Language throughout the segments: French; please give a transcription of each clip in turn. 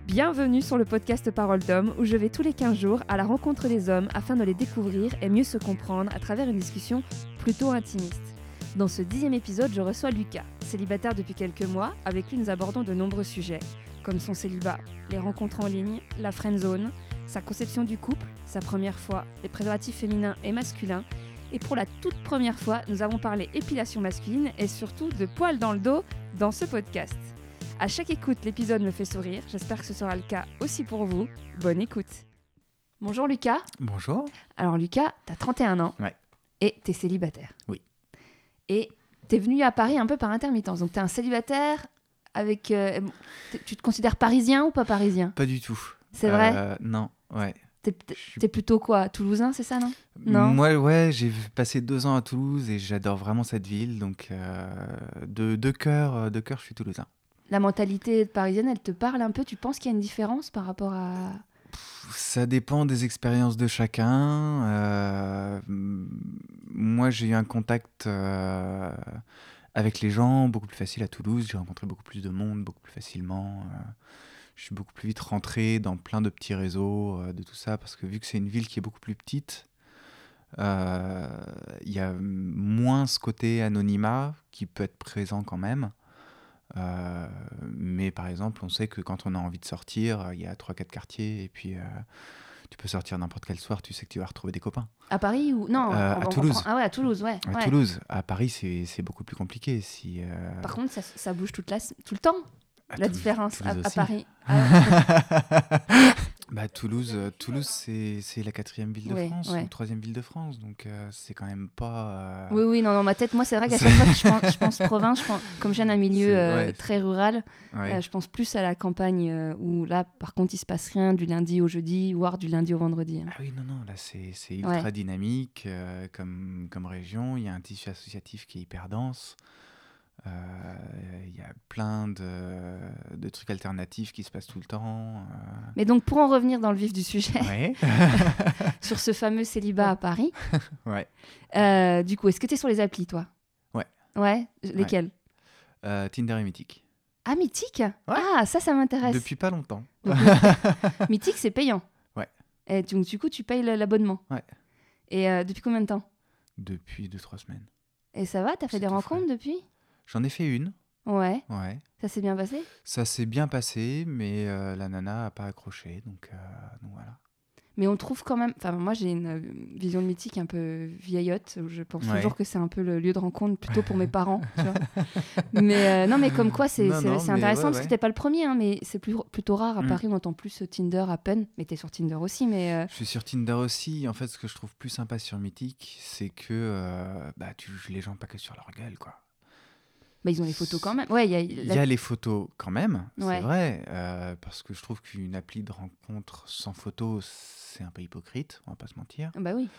Bienvenue sur le podcast Parole d'Homme où je vais tous les 15 jours à la rencontre des hommes afin de les découvrir et mieux se comprendre à travers une discussion plutôt intimiste. Dans ce 10e épisode, je reçois Lucas, célibataire depuis quelques mois. Avec lui, nous abordons de nombreux sujets, comme son célibat, les rencontres en ligne, la friendzone, sa conception du couple, sa première fois, les préservatifs féminins et masculins. Et pour la toute première fois, nous avons parlé épilation masculine et surtout de poils dans le dos dans ce podcast. À chaque écoute, l'épisode me fait sourire. J'espère que ce sera le cas aussi pour vous. Bonne écoute. Bonjour Lucas. Bonjour. Alors Lucas, t'as 31 ans. Ouais. Et t'es célibataire. Oui. Et t'es venu à Paris un peu par intermittence. Donc t'es un célibataire avec... tu te considères parisien ou pas parisien ? Pas du tout. C'est vrai ? Non, ouais. T'es plutôt quoi ? Toulousain, c'est ça, non ? Non. Moi, ouais, j'ai passé 2 ans à Toulouse et j'adore vraiment cette ville. Donc, de cœur, je suis toulousain. La mentalité parisienne, elle te parle un peu ? Tu penses qu'il y a une différence par rapport à... Ça dépend des expériences de chacun. Moi, j'ai eu un contact avec les gens beaucoup plus facile à Toulouse. J'ai rencontré beaucoup plus de monde, beaucoup plus facilement. Je suis beaucoup plus vite rentré dans plein de petits réseaux, de tout ça, parce que vu que c'est une ville qui est beaucoup plus petite, il y a moins ce côté anonymat qui peut être présent quand même. Mais par exemple, on sait que quand on a envie de sortir, il y a 3-4 quartiers et puis tu peux sortir n'importe quel soir, tu sais que tu vas retrouver des copains. À Paris ou... Non, à Toulouse. Ah ouais, à Toulouse, ouais. À Toulouse. À Paris, c'est beaucoup plus compliqué. Par contre, ça bouge tout le temps, la différence à Paris. Toulouse, c'est la 4e ville de France, ou 3e ville de France, donc c'est quand même pas... Oui, non, dans ma tête, moi, c'est vrai qu'à chaque fois que je pense province, comme j'ai un milieu très rural, je pense plus à la campagne, où là, par contre, il se passe rien du lundi au jeudi, voire du lundi au vendredi. Ah oui, non, là, c'est ultra dynamique comme région, il y a un tissu associatif qui est hyper dense. Il y a plein de trucs alternatifs qui se passent tout le temps. Mais donc, pour en revenir dans le vif du sujet, sur ce fameux célibat à Paris, du coup, est-ce que tu es sur les applis, toi ? Ouais. Lesquelles ? Tinder et Mythique. Ah, Mythique ? Ah, ça m'intéresse. Depuis pas longtemps. Donc, Mythique, c'est payant. Ouais. Et donc, du coup, tu payes l'abonnement. Ouais. Et depuis combien de temps ? Depuis 2-3 semaines. Et ça va ? T'as fait des rencontres depuis ? J'en ai fait une. Ouais. Ça s'est bien passé ? Ça s'est bien passé, mais la nana n'a pas accroché, donc voilà. Mais on trouve quand même... Enfin, moi, j'ai une vision de Mythique un peu vieillotte, où je pense toujours que c'est un peu le lieu de rencontre, plutôt pour mes parents, tu vois. Mais non, mais comme quoi, c'est intéressant, parce que t'es pas le premier, hein, mais c'est plutôt rare à Paris, on entend plus Tinder à peine. Mais t'es sur Tinder aussi, mais... Je suis sur Tinder aussi. En fait, ce que je trouve plus sympa sur Mythique, c'est que tu juges les gens pas que sur leur gueule, quoi. Ils ont les photos quand même. Ouais, il y a les photos quand même, c'est vrai, parce que je trouve qu'une appli de rencontre sans photos, c'est un peu hypocrite, on va pas se mentir. Bah oui.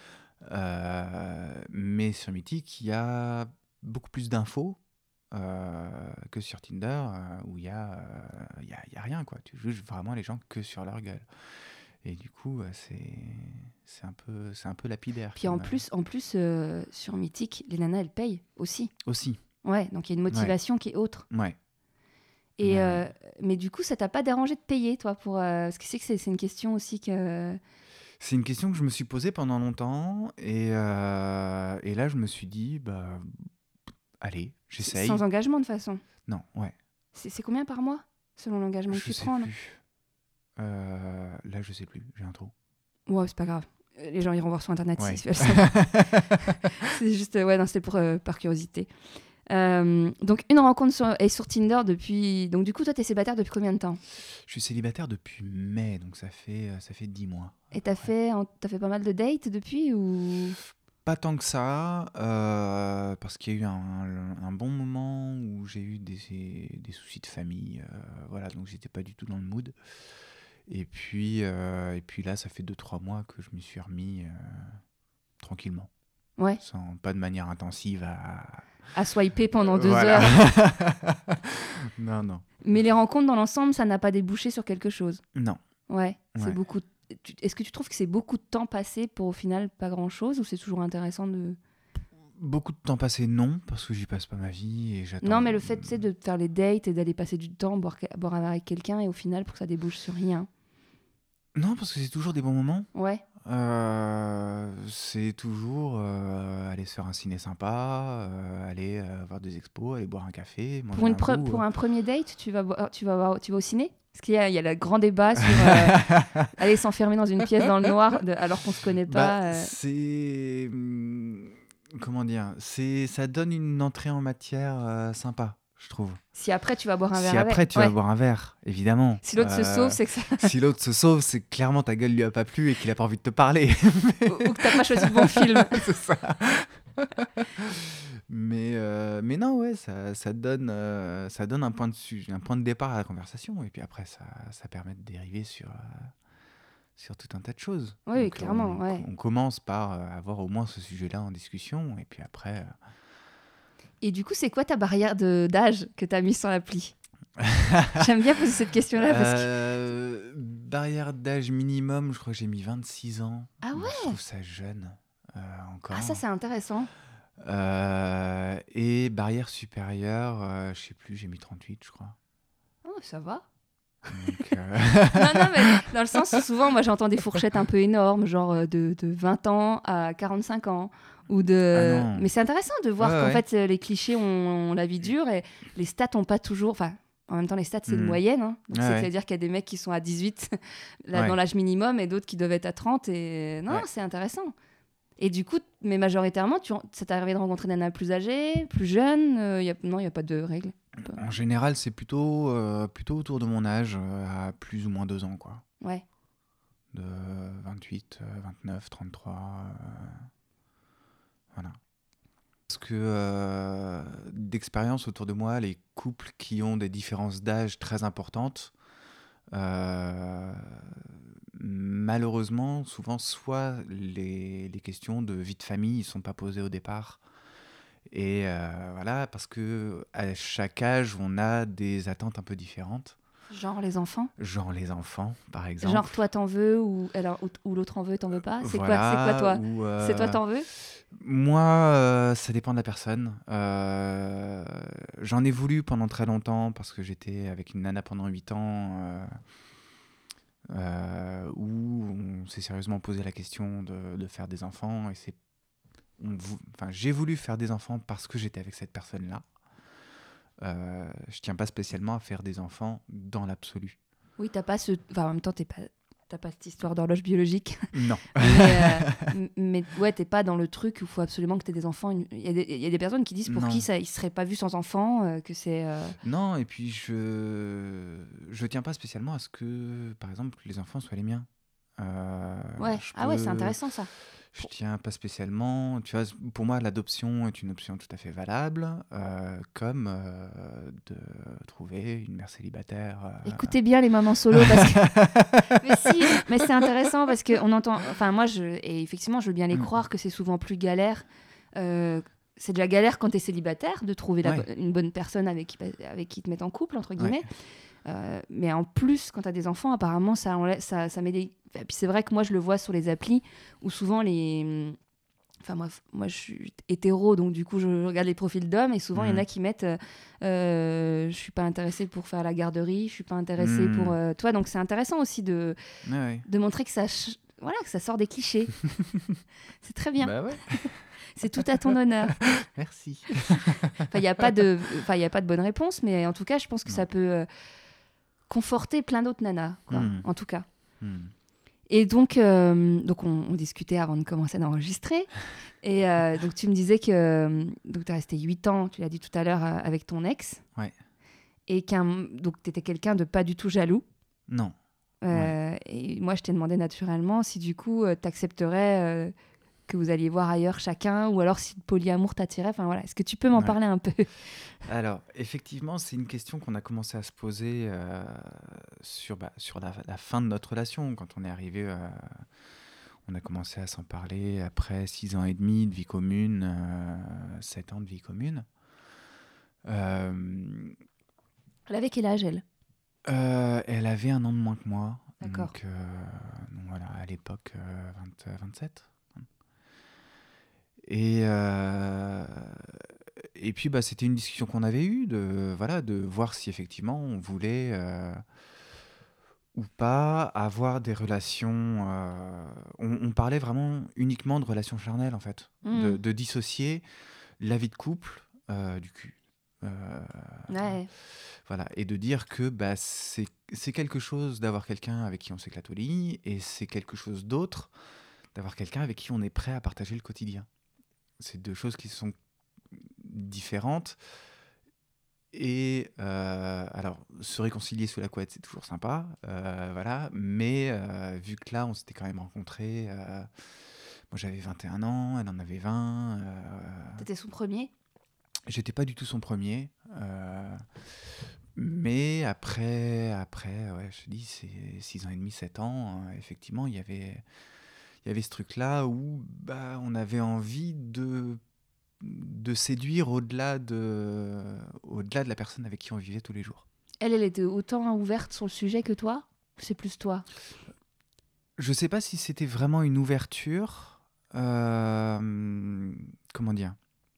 Mais sur Mythique, il y a beaucoup plus d'infos que sur Tinder, où il y a rien, quoi. Tu juges vraiment les gens que sur leur gueule. Et du coup, c'est un peu lapidaire. Puis en plus, sur Mythique, les nanas, elles payent aussi. Ouais, donc il y a une motivation qui est autre. Ouais. Et mais du coup, ça t'a pas dérangé de payer, toi, pour parce que c'est une question aussi que... C'est une question que je me suis posée pendant longtemps, et là, je me suis dit, allez, j'essaye. Sans engagement, de toute façon. Non, ouais. C'est combien par mois, selon l'engagement que tu prends ? Je sais plus. Là, je sais plus, j'ai un trou. Ouais, c'est pas grave. Les gens iront voir sur Internet s'ils veulent ça. C'est juste, c'était pour par curiosité. Donc une rencontre sur Tinder depuis... Donc du coup, toi, t'es célibataire depuis combien de temps ? Je suis célibataire depuis mai, donc ça fait 10 mois. Et t'as fait pas mal de dates depuis ou... Pas tant que ça, parce qu'il y a eu un bon moment où j'ai eu des soucis de famille, donc j'étais pas du tout dans le mood. Et puis là, ça fait 2-3 mois que je m'y suis remis tranquillement. Ouais. Pas de manière intensive à swiper pendant 2 heures. Non. Mais les rencontres dans l'ensemble, ça n'a pas débouché sur quelque chose. Non. Ouais. C'est beaucoup. Est-ce que tu trouves que c'est beaucoup de temps passé pour au final pas grand-chose, ou c'est toujours intéressant de... Beaucoup de temps passé, non, parce que j'y passe pas ma vie et j'attends. Non, mais le fait, tu sais, de faire les dates et d'aller passer du temps, boire un verre avec quelqu'un et au final, pour que ça débouche sur rien. Non, parce que c'est toujours des bons moments. Ouais. C'est toujours aller se faire un ciné sympa, aller voir des expos, aller boire un café, manger un bout. Pour un premier date, tu vas au ciné? Parce il y a le grand débat sur aller s'enfermer dans une pièce dans le noir alors qu'on se connaît pas. C'est comment dire, ça donne une entrée en matière sympa, je trouve. Si après tu vas boire un verre Si avec. après tu vas boire un verre, évidemment. Si l'autre se sauve, c'est que ça. Si l'autre se sauve, c'est que clairement ta gueule lui a pas plu et qu'il a pas envie de te parler. Ou que t'as pas choisi le bon film. C'est ça. Mais non, ouais, ça donne un point de départ à la conversation et puis après ça permet de dériver sur tout un tas de choses. Oui, Donc, clairement, ouais. on commence par avoir au moins ce sujet-là en discussion et puis après. Et du coup, c'est quoi ta barrière d'âge que t'as mis sur l'appli? J'aime bien poser cette question-là parce que... Barrière d'âge minimum, je crois que j'ai mis 26 ans. Ah ouais? Je trouve ça jeune encore. Ah, ça c'est intéressant. Et barrière supérieure, je sais plus, j'ai mis 38, je crois. Oh, ça va. Donc, Non, mais dans le sens où souvent, moi j'entends des fourchettes un peu énormes, genre de 20 ans à 45 ans. Ou de... Ah non. Mais c'est intéressant de voir Ouais, qu'en ouais. fait les clichés ont la vie dure et les stats n'ont pas toujours... Enfin, en même temps, les stats, c'est une Mm. moyenne. Hein. Donc, Ouais, ouais. c'est-à-dire qu'il y a des mecs qui sont à 18 là, Ouais. dans l'âge minimum et d'autres qui doivent être à 30. Et... Non, Ouais. c'est intéressant. Et du coup, mais majoritairement, ça t'est arrivé de rencontrer des nanas plus âgées, plus jeunes Non, il n'y a pas de règle. En général, c'est plutôt autour de mon âge, à plus ou moins 2 ans, quoi. Ouais. De 28, 29, 33. Voilà. Parce que d'expérience autour de moi, les couples qui ont des différences d'âge très importantes, malheureusement, souvent, soit les questions de vie de famille ne sont pas posées au départ. Et voilà, parce que à chaque âge, on a des attentes un peu différentes. Genre les enfants. Genre les enfants, par exemple. Genre toi t'en veux ou l'autre en veut, t'en veux pas. C'est Voilà, quoi toi? ou, C'est toi t'en veux? moi, ça dépend de la personne. J'en ai voulu pendant très longtemps parce que j'étais avec une nana pendant 8 ans où on s'est sérieusement posé la question de faire des enfants. Et j'ai voulu faire des enfants parce que j'étais avec cette personne-là. Je tiens pas spécialement à faire des enfants dans l'absolu. Oui, t'as pas ce... Enfin, en même temps, t'as pas cette histoire d'horloge biologique. Non. mais ouais, t'es pas dans le truc où il faut absolument que t'aies des enfants. Il y a des personnes qui disent pour Non. qui ça, ils seraient pas vus sans enfants, que c'est... Non, et puis je tiens pas spécialement à ce que, par exemple, les enfants soient les miens. Ouais. Ah ouais, c'est intéressant ça. Je tiens pas spécialement. Tu vois, pour moi, l'adoption est une option tout à fait valable, comme de trouver une mère célibataire. Écoutez bien les mamans solo parce que... mais si, mais c'est intéressant parce qu'on entend... Enfin, et effectivement, je veux bien les croire que c'est souvent plus galère. C'est déjà galère quand t'es célibataire de trouver une bonne personne avec qui te mettre en couple, entre guillemets. Mais en plus, quand t'as des enfants, apparemment, ça met des... Et puis c'est vrai que moi, je le vois sur les applis où souvent les... Enfin, moi, je suis hétéro, donc du coup, je regarde les profils d'hommes et souvent, il y en a qui mettent je suis pas intéressée pour faire la garderie, je suis pas intéressée pour toi. Donc, c'est intéressant aussi de montrer que voilà, que ça sort des clichés. C'est très bien. Bah ouais. C'est tout à ton honneur. Merci. Il n'y a pas de bonne réponse, mais en tout cas, je pense que ça peut conforter plein d'autres nanas, quoi, en tout cas. Et donc on discutait avant de commencer d'enregistrer. Et donc, tu me disais que tu es resté 8 ans, tu l'as dit tout à l'heure, avec ton ex. Ouais. Et donc, tu étais quelqu'un de pas du tout jaloux. Non. Et moi, je t'ai demandé naturellement si du coup, tu accepterais que vous alliez voir ailleurs chacun, ou alors si le polyamour t'attirait. Enfin, voilà. Est-ce que tu peux m'en parler un peu? Alors, effectivement, c'est une question qu'on a commencé à se poser sur la fin de notre relation. Quand on est arrivé, on a commencé à s'en parler après 6 ans et demi de vie commune, 7 ans de vie commune. Elle avait quel âge, elle? Elle avait 1 an de moins que moi. D'accord. Donc voilà, à l'époque, 27. Et, euh, et puis, bah, c'était une discussion qu'on avait eue de voir si effectivement on voulait ou pas avoir des relations. On parlait vraiment uniquement de relations charnelles, en fait, Hmm. de dissocier la vie de couple du cul. Euh, Ouais. voilà, et de dire que bah, c'est quelque chose d'avoir quelqu'un avec qui on s'éclate au lit, et c'est quelque chose d'autre d'avoir quelqu'un avec qui on est prêt à partager le quotidien. C'est deux choses qui sont différentes. Et alors, se réconcilier sous la couette, c'est toujours sympa, voilà. Mais vu que là, on s'était quand même rencontrés, moi j'avais 21 ans, elle en avait 20. T'étais son premier? J'étais pas du tout son premier. Mais après ouais, je te dis, c'est 6 ans et demi, 7 ans, effectivement, il y avait ce truc-là où bah, on avait envie de séduire au-delà de la personne avec qui on vivait tous les jours. Elle était autant ouverte sur le sujet que toi? Ou c'est plus toi? Je sais pas si c'était vraiment une ouverture. Comment dire?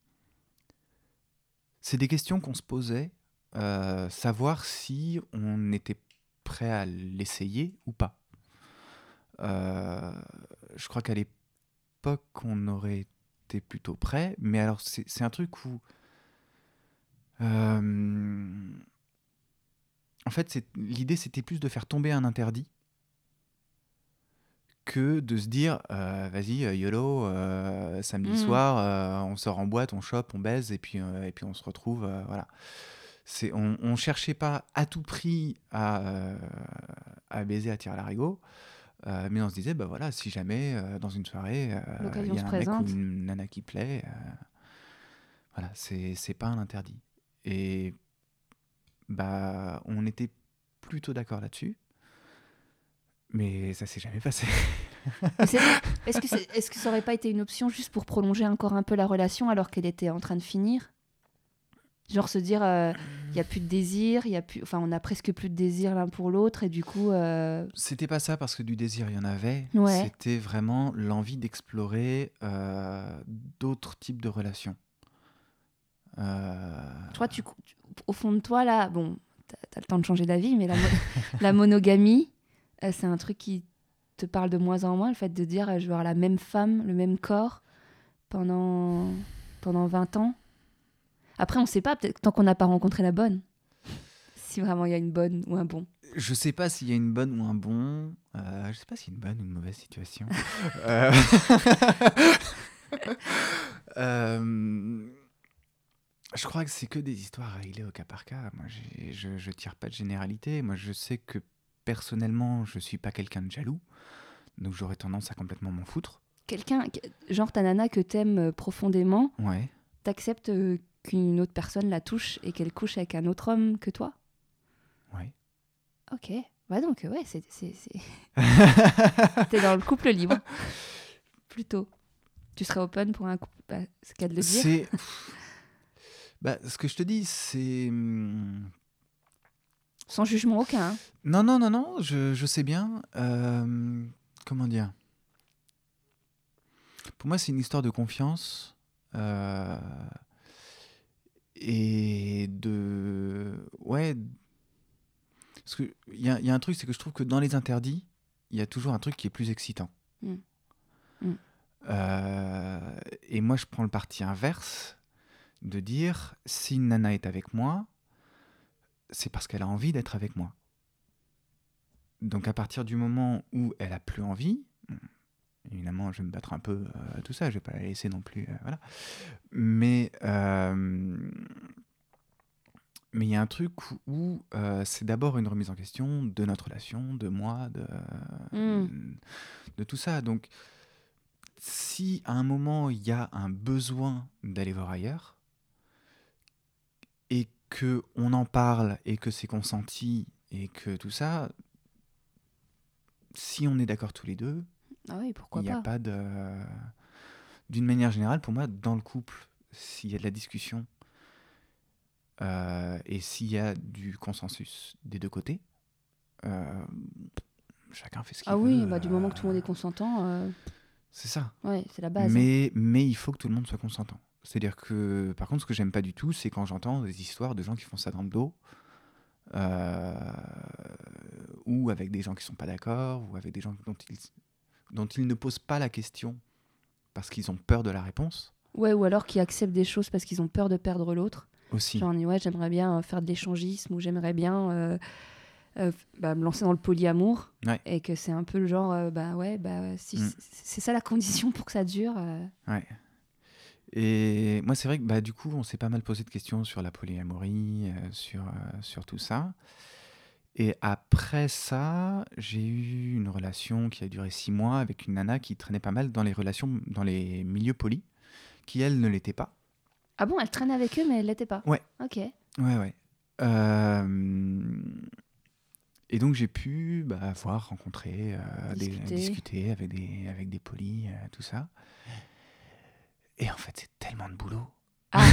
C'est des questions qu'on se posait, savoir si on était prêt à l'essayer ou pas. Euh, je crois qu'à l'époque, on aurait été plutôt prêt, mais alors c'est un truc où, euh, en fait, l'idée c'était plus de faire tomber un interdit que de se dire vas-y YOLO, samedi Hmm. soir on sort en boîte, on chope, on baise et puis on se retrouve, voilà. On cherchait pas à tout prix à baiser, à tirer à l'arigot, mais on se disait bah voilà, si jamais dans une soirée il L'occasion y se a un mec ou présente. une nana qui plaît, voilà, c'est pas un interdit. Et bah on était plutôt d'accord là-dessus, mais ça s'est jamais passé. Mais est-ce que ça aurait pas été une option juste pour prolonger encore un peu la relation alors qu'elle était en train de finir? Genre se dire, il y a plus de désir, y a plus, enfin, on a presque plus de désir l'un pour l'autre et du coup, C'était pas ça parce que du désir il y en avait, ouais. c'était vraiment l'envie d'explorer d'autres types de relations. Euh, Toi, au fond de toi, là, bon, t'as le temps de changer d'avis, mais la monogamie, c'est un truc qui te parle de moins en moins, le fait de dire, je veux avoir la même femme, le même corps pendant, pendant 20 ans. Après, on sait pas, peut-être tant qu'on n'a pas rencontré la bonne, si vraiment il y a une bonne ou un bon. je sais pas s'il y a une bonne ou un bon, je sais pas s'il y a une bonne ou une mauvaise situation. Euh, euh, je crois que c'est que des histoires à régler au cas par cas. Moi, je tire pas de généralité. Moi, je sais que personnellement, je suis pas quelqu'un de jaloux, donc j'aurais tendance à complètement m'en foutre. Quelqu'un, genre ta nana que t'aimes profondément, Ouais. t'acceptes qu'une autre personne la touche et qu'elle couche avec un autre homme que toi? Ouais. Ok. Ouais, donc, ouais, t'es dans le couple libre, plutôt. Tu serais open pour un couple, bah, c'est qu'à de le dire. C'est. Bah, ce que je te dis, c'est. Sans jugement aucun, hein. Non, non, non, non, je sais bien. Comment dire? Pour moi, c'est une histoire de confiance. euh, et de. Ouais. Parce qu'il y a un truc, c'est que je trouve que dans les interdits, il y a toujours un truc qui est plus excitant. Mm. Mm. Et moi, je prends le parti inverse de dire si une nana est avec moi, c'est parce qu'elle a envie d'être avec moi. Donc à partir du moment où elle a plus envie, évidemment je vais me battre un peu, tout ça, je vais pas la laisser non plus, voilà. Mais il y a un truc où c'est d'abord une remise en question de notre relation, de moi, Mm. de tout ça. Donc si à un moment il y a un besoin d'aller voir ailleurs et que on en parle et que c'est consenti et que tout ça, si on est d'accord tous les deux, Ah oui, il pourquoi n'y a pas. pas de... D'une manière générale, pour moi, dans le couple, s'il y a de la discussion et s'il y a du consensus des deux côtés, euh, chacun fait ce Ah qu'il veut. oui, bah, du moment que tout le monde est consentant. C'est ça. Ouais, c'est la base. Mais il faut que tout le monde soit consentant. C'est-à-dire que, par contre, ce que j'aime pas du tout, c'est quand j'entends des histoires de gens qui font ça dans le dos, euh, ou avec des gens qui sont pas d'accord, ou avec des gens dont ils ne posent pas la question parce qu'ils ont peur de la réponse Ouais, ou alors qui acceptent des choses parce qu'ils ont peur de perdre l'autre. aussi. Genre, ouais, j'aimerais bien faire de l'échangisme ou j'aimerais bien me lancer dans le polyamour. Ouais. Et que c'est un peu le genre, si c'est ça la condition pour que ça dure. Ouais. Et moi, c'est vrai que du coup, on s'est pas mal posé de questions sur la polyamorie, sur tout ça. Et après ça, j'ai eu une relation qui a duré 6 mois avec une nana qui traînait pas mal dans les relations, dans les milieux polis, qui elle ne l'était pas. Ah bon, elle traînait avec eux, mais elle l'était pas. Ouais. Ok. Ouais. Et donc j'ai pu voir, rencontrer, discuter avec des polis, tout ça. Et en fait, c'est tellement de boulot. Ah.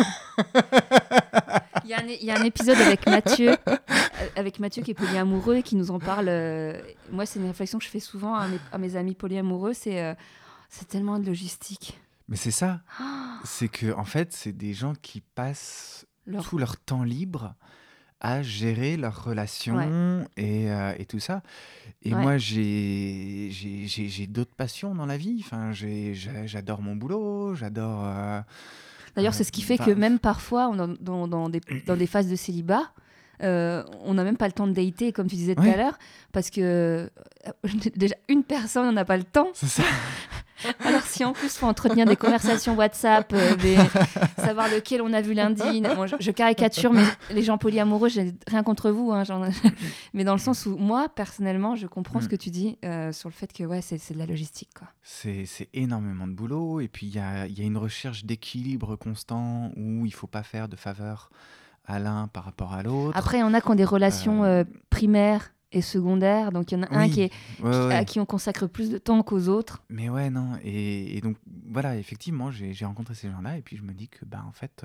Il y a un épisode avec Mathieu qui est polyamoureux et qui nous en parle. Moi, c'est une réflexion que je fais souvent à mes amis polyamoureux, c'est tellement de logistique. Mais c'est ça. C'est que en fait, c'est des gens qui passent tout leur temps libre à gérer leurs relations et tout ça. Et moi, j'ai d'autres passions dans la vie. Enfin, j'adore mon boulot, j'adore... D'ailleurs, c'est ce qui fait que même parfois, dans des phases de célibat, on n'a même pas le temps de dater, comme tu disais tout à l'heure, parce que déjà, une personne, on n'a pas le temps. C'est ça. Alors si en plus il faut entretenir des conversations WhatsApp, savoir lequel on a vu lundi, bon, je caricature, mais les gens polyamoureux, j'ai rien contre vous, hein, mais dans le sens où moi personnellement je comprends ce que tu dis sur le fait que c'est de la logistique, quoi. C'est énormément de boulot, et puis il y a une recherche d'équilibre constant où il faut pas faire de faveur à l'un par rapport à l'autre. Après il y en a qui ont des relations primaires et secondaire, donc il y en a un à qui on consacre plus de temps qu'aux autres. Mais ouais, non, et donc voilà, effectivement, j'ai rencontré ces gens-là, et puis je me dis que en fait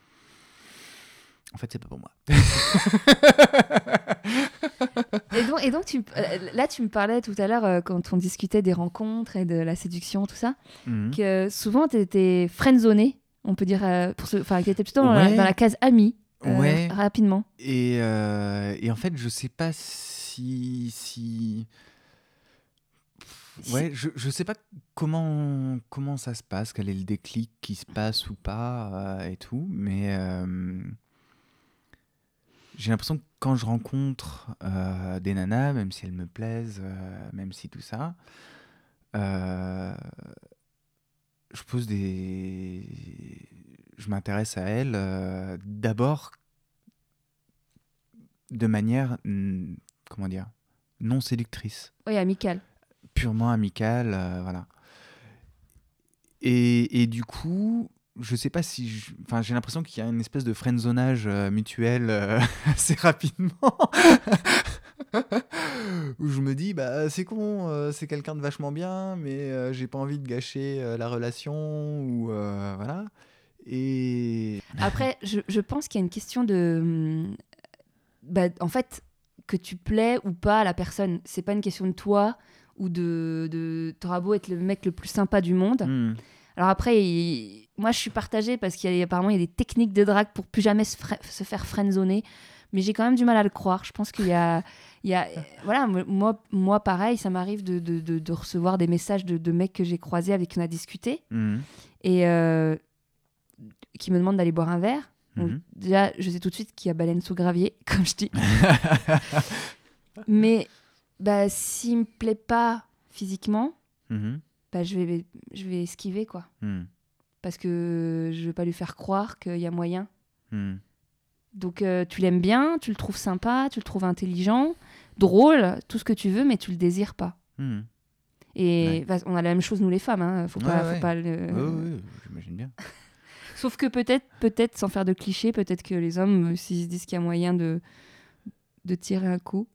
c'est pas pour moi. et donc là tu me parlais tout à l'heure quand on discutait des rencontres et de la séduction, tout ça, que souvent tu étais friendzoné, on peut dire, que tu étais plutôt dans la case amie, rapidement. Et en fait, je sais pas Ouais, je sais pas comment ça se passe, quel est le déclic qui se passe ou pas, et tout, mais j'ai l'impression que quand je rencontre des nanas, même si elles me plaisent, même si tout ça, je m'intéresse à elles d'abord de manière, comment dire, non séductrice. Oui, amicale. Purement amicale, voilà. Et du coup, je sais pas si... j'ai l'impression qu'il y a une espèce de friendzonage mutuel assez rapidement. Où je me dis, c'est con, c'est quelqu'un de vachement bien, mais j'ai pas envie de gâcher la relation, ou voilà. Et... Après, je pense qu'il y a une question de... en fait, que tu plais ou pas à la personne, c'est pas une question de toi ou t'auras beau être le mec le plus sympa du monde. Alors après, moi je suis partagée parce qu'apparemment il y a des techniques de drague pour plus jamais se faire friendzoner, mais j'ai quand même du mal à le croire. Je pense qu'il y a voilà, moi pareil, ça m'arrive de recevoir des messages de mecs que j'ai croisés, avec qui on a discuté, et qui me demandent d'aller boire un verre. Donc, déjà, je sais tout de suite qu'il y a baleine sous gravier, comme je dis. Mais s'il me plaît pas physiquement, je vais esquiver, quoi. Parce que je vais pas lui faire croire qu'il y a moyen. Donc tu l'aimes bien, tu le trouves sympa, tu le trouves intelligent, drôle, tout ce que tu veux, mais tu le désires pas. Et on a la même chose, nous les femmes, hein. Faut pas Oui, j'imagine bien. Sauf que peut-être, sans faire de clichés, peut-être que les hommes, s'ils se disent qu'il y a moyen de tirer un coup,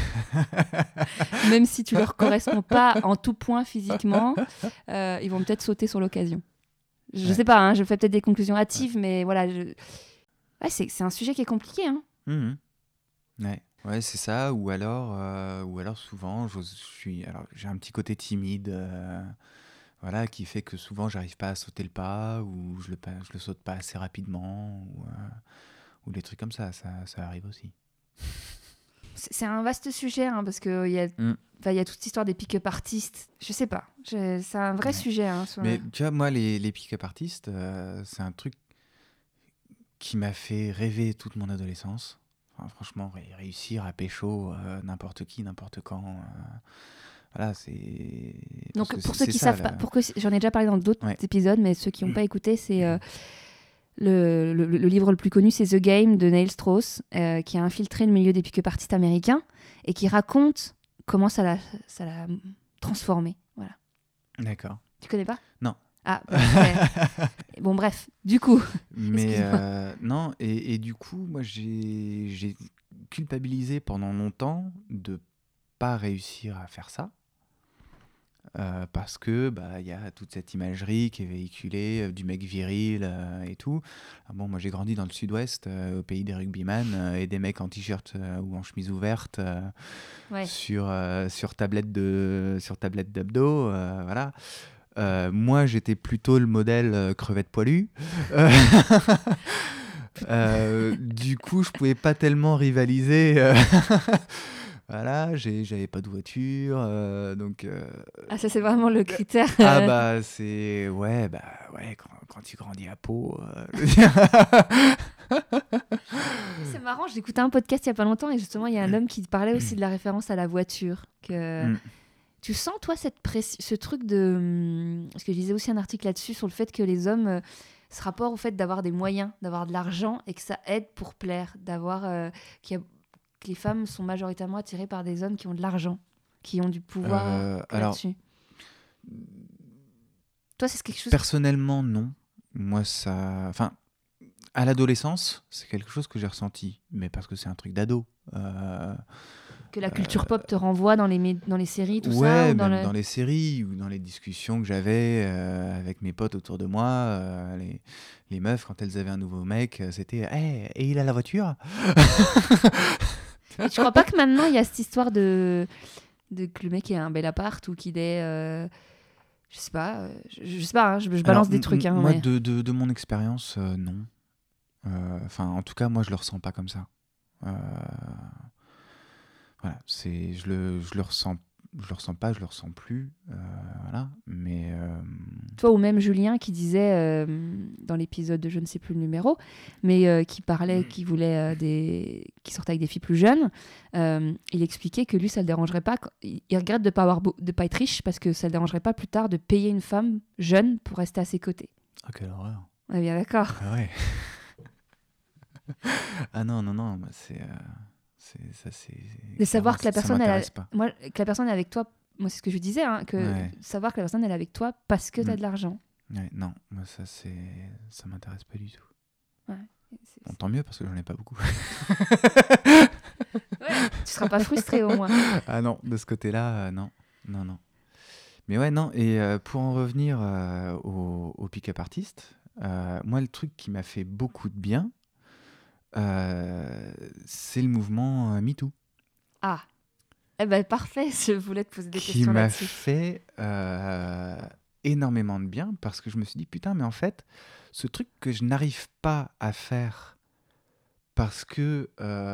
même si tu leur corresponds pas en tout point physiquement, ils vont peut-être sauter sur l'occasion. Je sais pas, hein, je fais peut-être des conclusions hâtives, mais voilà. C'est un sujet qui est compliqué, hein. Ouais, c'est ça. Ou alors souvent, j'ai un petit côté timide. voilà, qui fait que souvent j'arrive pas à sauter le pas ou je le saute pas assez rapidement ou des trucs comme ça arrive aussi. C'est un vaste sujet, hein, parce qu'il y a, Mm. enfin, il y a toute cette histoire des pick-up artistes. Je sais pas. C'est un vrai Ouais. sujet. Hein, Mais tu vois, moi, les pick-up artistes, c'est un truc qui m'a fait rêver toute mon adolescence. Enfin, franchement, réussir à pécho n'importe qui, n'importe quand. Voilà, c'est. Parce Donc, que pour ceux c'est qui ça, savent pas, j'en ai déjà parlé dans d'autres Ouais. épisodes, mais ceux qui n'ont pas écouté, c'est le livre le plus connu, c'est The Game de Neil Strauss, qui a infiltré le milieu des pick-up artistes américains et qui raconte comment ça l'a transformé. Voilà. D'accord. Tu connais pas ? Non. Ah, bah, bon, bref, du coup. Mais Excuse-moi. non, et du coup, moi, j'ai culpabilisé pendant longtemps de pas réussir à faire ça. Parce que bah il y a toute cette imagerie qui est véhiculée du mec viril et tout. Ah bon, moi j'ai grandi dans le sud-ouest, au pays des rugbyman et des mecs en t-shirt ou en chemise ouverte Ouais. sur tablette d'abdos, voilà. Moi j'étais plutôt le modèle crevette poilue. Du coup je pouvais pas tellement rivaliser. Voilà, j'avais pas de voiture, donc Ah, ça, c'est vraiment le critère. ah bah c'est ouais quand tu grandis à Pau. C'est marrant, j'écoutais un podcast il y a pas longtemps et justement, il y a un homme qui parlait aussi de la référence à la voiture. Que... Mm. Tu sens, toi, ce truc de... Parce que je lisais aussi un article là-dessus sur le fait que les hommes, ce rapport au fait d'avoir des moyens, d'avoir de l'argent et que ça aide pour plaire, que les femmes sont majoritairement attirées par des hommes qui ont de l'argent, qui ont du pouvoir Alors là-dessus. Toi, c'est quelque chose... personnellement non. Moi enfin à l'adolescence c'est quelque chose que j'ai ressenti, mais parce que c'est un truc d'ado. Que la culture pop te renvoie dans les séries, tout ça Ouais, ou dans même le... dans les séries ou dans les discussions que j'avais avec mes potes autour de moi, les meufs, quand elles avaient un nouveau mec, c'était hey, et il a la voiture. Et tu crois pas que maintenant, il y a cette histoire de que le mec ait un bel appart ou qu'il ait... je sais pas, je sais pas, hein, je Alors, balance des trucs. Hein, moi, mais... de mon expérience, non. Enfin, en tout cas, moi, je le ressens pas comme ça. Euh, voilà, je le ressens pas, je le ressens plus. Voilà, mais Toi ou même Julien qui disait dans l'épisode de je ne sais plus le numéro, mais qui parlait, qui voulait qui sortait avec des filles plus jeunes, il expliquait que lui ça le dérangerait pas. Il regrette de pas être riche parce que ça le dérangerait pas plus tard de payer une femme jeune pour rester à ses côtés. oh, quelle horreur. On est bien d'accord. Ah ouais. Ah non, bah, De savoir que la ça personne, m'intéresse pas. que la personne est avec toi, moi c'est ce que je disais, hein, que Ouais. savoir que la personne elle est avec toi parce que tu as Mm. de l'argent. Ouais, non, moi ça m'intéresse pas du tout. Ouais, Bon, tant mieux parce que j'en ai pas beaucoup. ouais, tu seras pas frustré au moins. Ah non, de ce côté-là, non. Mais ouais, non, et pour en revenir au pick-up artist, moi, le truc qui m'a fait beaucoup de bien, c'est le mouvement MeToo, Ah, eh ben parfait, je voulais te poser des qui questions m'a là-dessus. fait énormément de bien parce que je me suis dit, putain, mais en fait, ce truc que je n'arrive pas à faire parce que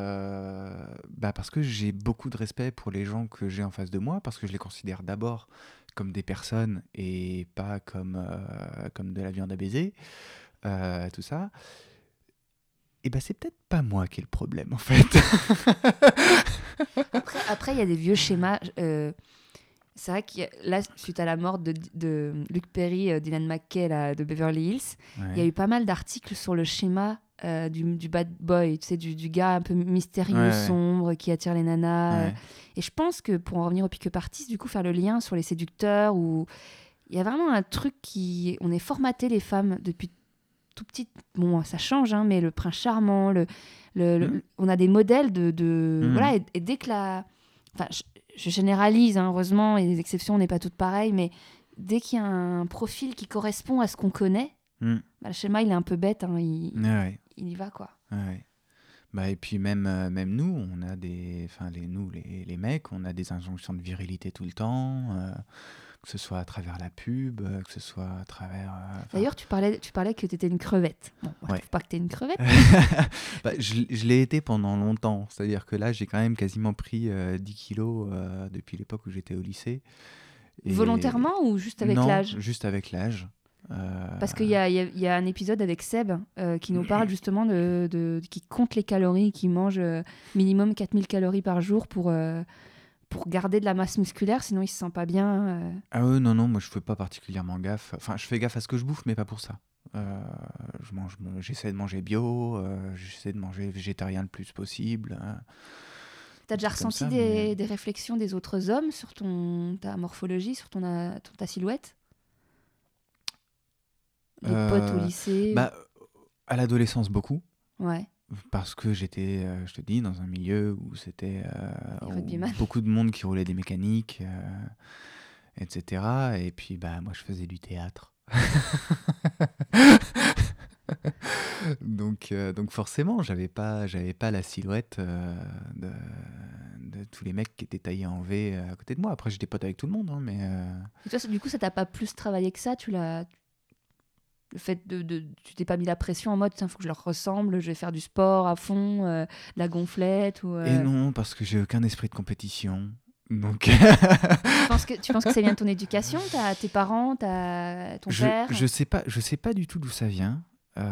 j'ai beaucoup de respect pour les gens que j'ai en face de moi, parce que je les considère d'abord comme des personnes et pas comme de la viande à baiser, tout ça. Et ben c'est peut-être pas moi qui ai le problème en fait. Après, il y a des vieux schémas. C'est vrai que là, suite à la mort de Luke Perry, Dylan McKay là, de Beverly Hills, il y a eu pas mal d'articles sur le schéma du bad boy, tu sais, du gars un peu mystérieux, Ouais. sombre, qui attire les nanas. Ouais. Et je pense que pour en revenir au pick-up artist, du coup, faire le lien sur les séducteurs, où il y a vraiment un truc qui... On est formaté les femmes depuis tout petit. Bon, ça change, hein, mais le prince charmant, on a des modèles voilà, et dès que la... Enfin, je généralise, hein, heureusement, et les exceptions, on n'est pas toutes pareilles, mais dès qu'il y a un profil qui correspond à ce qu'on connaît, bah, le schéma, il est un peu bête, hein, il y va, quoi. Ouais. Bah, et puis même nous, on a les mecs, on a des injonctions de virilité tout le temps. que ce soit à travers la pub, que ce soit à travers... D'ailleurs, tu parlais que tu étais une crevette. Bon, moi, je Ouais. trouve pas que tu es une crevette. Bah, je l'ai été pendant longtemps. C'est-à-dire que là, j'ai quand même quasiment pris 10 kilos depuis l'époque où j'étais au lycée. Et... Volontairement ou juste avec non, l'âge? juste avec l'âge. Parce qu'il y a un épisode avec Seb qui nous parle justement qui compte les calories, qui mange minimum 4000 calories par jour pour garder de la masse musculaire, sinon il se sent pas bien. Ah non, moi je fais pas particulièrement gaffe. Enfin, je fais gaffe à ce que je bouffe, mais pas pour ça. J'essaie de manger bio, j'essaie de manger végétarien le plus possible. T'as déjà C'est comme ressenti ça, des réflexions des autres hommes sur ta morphologie, sur ta silhouette? Les potes au lycée? Bah, à l'adolescence, beaucoup. Ouais. Parce que j'étais, je te dis, dans un milieu où c'était beaucoup de monde qui roulait des mécaniques, etc. Et puis, bah, moi, je faisais du théâtre. Donc forcément, j'avais pas la silhouette de tous les mecs qui étaient taillés en V à côté de moi. Après, j'étais pote avec tout le monde, hein, mais... Et toi, du coup, ça t'a pas plus travaillé que ça? Le fait tu t'es pas mis la pression en mode, tiens, faut que je leur ressemble, je vais faire du sport à fond, de la gonflette ou... Et non, parce que j'ai aucun esprit de compétition. Donc... Tu penses que ça vient de ton éducation? T'as tes parents, t'as ton père? Je sais pas du tout d'où ça vient.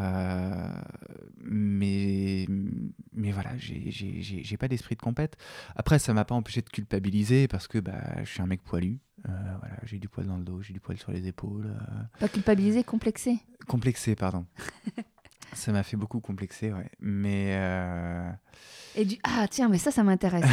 Mais voilà, j'ai pas d'esprit de compète. Après, ça m'a pas empêché de culpabiliser parce que bah, je suis un mec poilu. Voilà, j'ai du poil dans le dos, j'ai du poil sur les épaules. Pas culpabiliser, complexer. Complexé, pardon. Ça m'a fait beaucoup complexer, ouais. Mais Ah tiens, mais ça m'intéresse.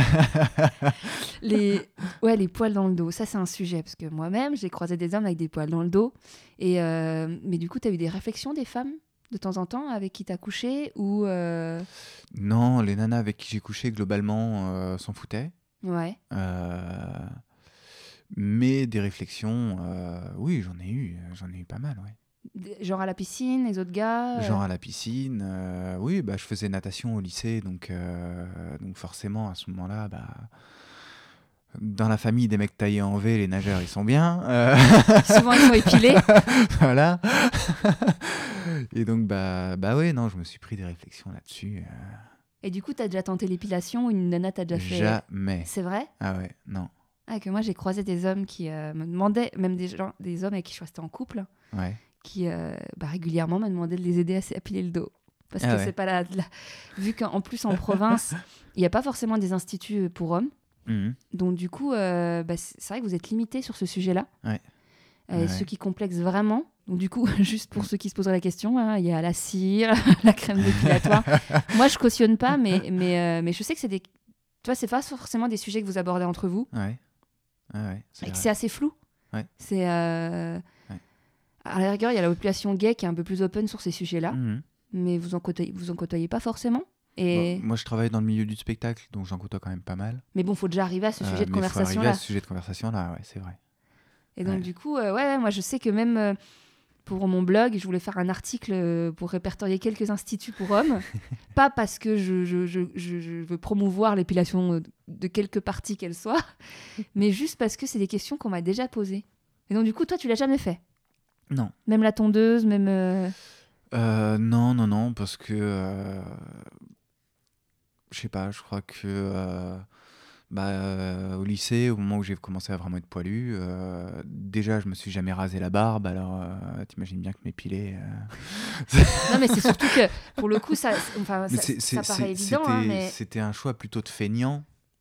les poils dans le dos, ça c'est un sujet parce que moi-même j'ai croisé des hommes avec des poils dans le dos. Mais du coup, t'as eu des réflexions des femmes de temps en temps avec qui t'as couché ou Non, les nanas avec qui j'ai couché globalement s'en foutaient. Ouais. Mais des réflexions, oui, j'en ai eu pas mal, ouais. Genre à la piscine, les autres gars Genre à la piscine, oui, bah, je faisais natation au lycée, donc forcément, à ce moment-là, bah, dans la famille des mecs taillés en V, les nageurs, ils sont bien. Souvent, ils sont épilés. Voilà. Et donc, bah ouais, non, je me suis pris des réflexions là-dessus. Et du coup, t'as déjà tenté l'épilation ou une nana t'a déjà fait... Jamais. C'est vrai? Ah ouais, non. Ah, que moi, j'ai croisé des hommes qui me demandaient, même des hommes avec qui je restais en couple, Ouais. qui régulièrement me demandaient de les aider à piler le dos. Parce que c'est pas vu qu'en plus en province, il n'y a pas forcément des instituts pour hommes. Mmh. Donc du coup, c'est vrai que vous êtes limité sur ce sujet-là. Ouais. Ceux qui complexent vraiment. Donc du coup, juste pour ceux qui se poseraient la question, hein, il y a la cire, la crème dépilatoire. Moi, je cautionne pas, mais je sais que c'est des... Tu vois, c'est pas forcément des sujets que vous abordez entre vous. Ouais. C'est assez flou. Ouais. C'est... À la rigueur, il y a la population gay qui est un peu plus open sur ces sujets-là. Mmh. Mais vous en côtoyez pas forcément. Et... Bon, moi, je travaille dans le milieu du spectacle, donc j'en côtoie quand même pas mal. Mais bon, il faut déjà arriver à ce sujet de Faut arriver conversation-là. à ce sujet de conversation-là, ouais, c'est vrai. Et donc, du coup, moi, je sais que même pour mon blog, je voulais faire un article pour répertorier quelques instituts pour hommes. Pas parce que je veux promouvoir l'épilation de quelque partie qu'elle soit, mais juste parce que c'est des questions qu'on m'a déjà posées. Et donc, du coup, toi, tu l'as jamais fait? Non. Même la tondeuse, même... Non, parce que... je sais pas, je crois que... au lycée, au moment où j'ai commencé à vraiment être poilu, déjà je me suis jamais rasé la barbe, alors t'imagines bien que m'épiler... Non, mais c'est surtout que pour le coup, ça paraît évident. C'était un choix plutôt de feignant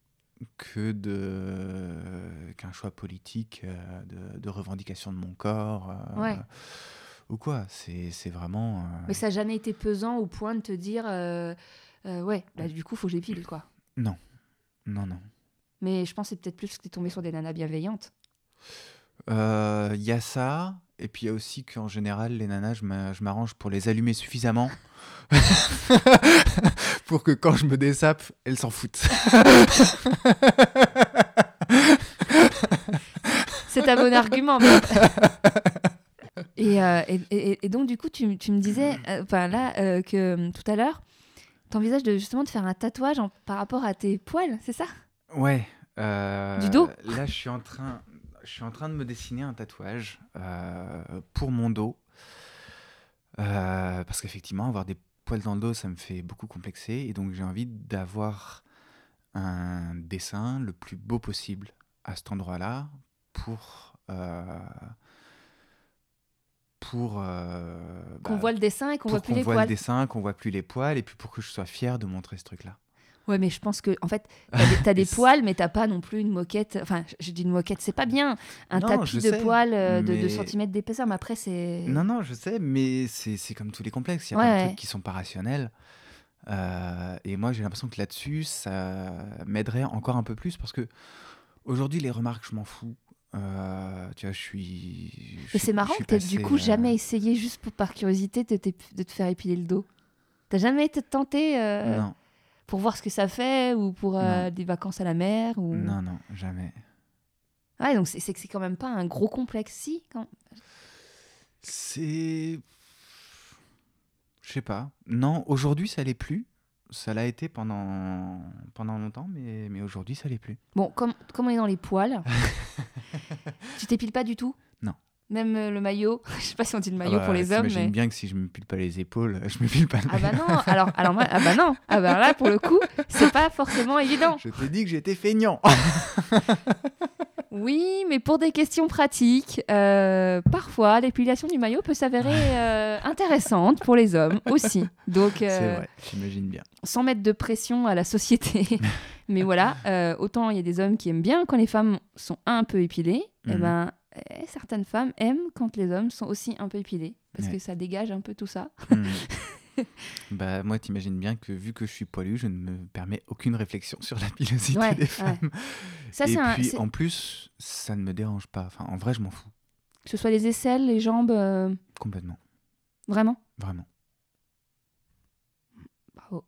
qu'un choix politique de revendication de mon corps. Ou quoi, c'est vraiment... Mais ça n'a jamais été pesant au point de te dire du coup, faut que j'épile, quoi. Non. Mais je pense que c'est peut-être plus que tu es tombé sur des nanas bienveillantes. Y a ça, et puis il y a aussi qu'en général, les nanas, je m'arrange pour les allumer suffisamment pour que quand je me dessape, elles s'en foutent. C'est un bon argument. Mais... et donc, du coup, tu me disais, que tout à l'heure, tu envisages justement de faire un tatouage par rapport à tes poils, c'est ça? Ouais. Du dos? Là, je suis en train... je suis en train de me dessiner un tatouage pour mon dos. Parce qu'effectivement, avoir des poils dans le dos, ça me fait beaucoup complexer. Et donc, j'ai envie d'avoir un dessin le plus beau possible à cet endroit-là pour Qu'on voit le dessin et qu'on voit pour plus qu'on les voit le poils. dessin, qu'on voit plus les poils, et puis pour que je sois fier de montrer ce truc-là. Ouais, mais je pense que, en fait, t'as des poils, mais t'as pas non plus une moquette. Enfin, je dis une moquette, c'est pas bien. Un Non, tapis je de sais, poils de 2 mais... cm d'épaisseur, mais après, c'est. Non, je sais, mais c'est comme tous les complexes. Il y a Ouais, plein de ouais. trucs qui sont pas rationnels. Et moi, j'ai l'impression que là-dessus, ça m'aiderait encore un peu plus parce que aujourd'hui, les remarques, je m'en fous. Tu vois, Mais c'est marrant que t'aies du coup jamais essayé, juste par curiosité, de te faire épiler le dos. T'as jamais été tenté Non, pour voir ce que ça fait ou pour Non. des vacances à la mer ou... non, jamais. Ouais, donc c'est que c'est quand même pas un gros complexe, si quand... C'est... Je sais pas. Non, aujourd'hui, ça l'est plus. Ça l'a été pendant longtemps, mais aujourd'hui, ça l'est plus. Bon, comme on est dans les poils, tu t'épiles pas du tout? Non. Même le maillot, je sais pas si on dit le maillot Ah bah, pour les hommes, t'imagines mais... bien que si je me pile pas les épaules, je me pile pas le Ah bah maillot. non, alors moi, ah bah non, ah bah là pour le coup, c'est pas forcément évident. Je t'ai dit que j'étais feignant. Oui, mais pour des questions pratiques, parfois l'épilation du maillot peut s'avérer intéressante pour les hommes aussi. Donc, C'est vrai, j'imagine bien. sans mettre de pression à la société. Mais voilà, autant il y a des hommes qui aiment bien quand les femmes sont un peu épilées, et ben certaines femmes aiment quand les hommes sont aussi un peu épilés parce que ça dégage un peu tout ça. Bah moi, t'imagines bien que vu que je suis poilu, je ne me permets aucune réflexion sur la pilosité Ouais, des femmes. ouais. Ça, Et c'est puis en plus, ça ne me dérange pas. Enfin, en vrai, je m'en fous que ce soit les aisselles, les jambes, complètement, vraiment. vraiment. Bravo.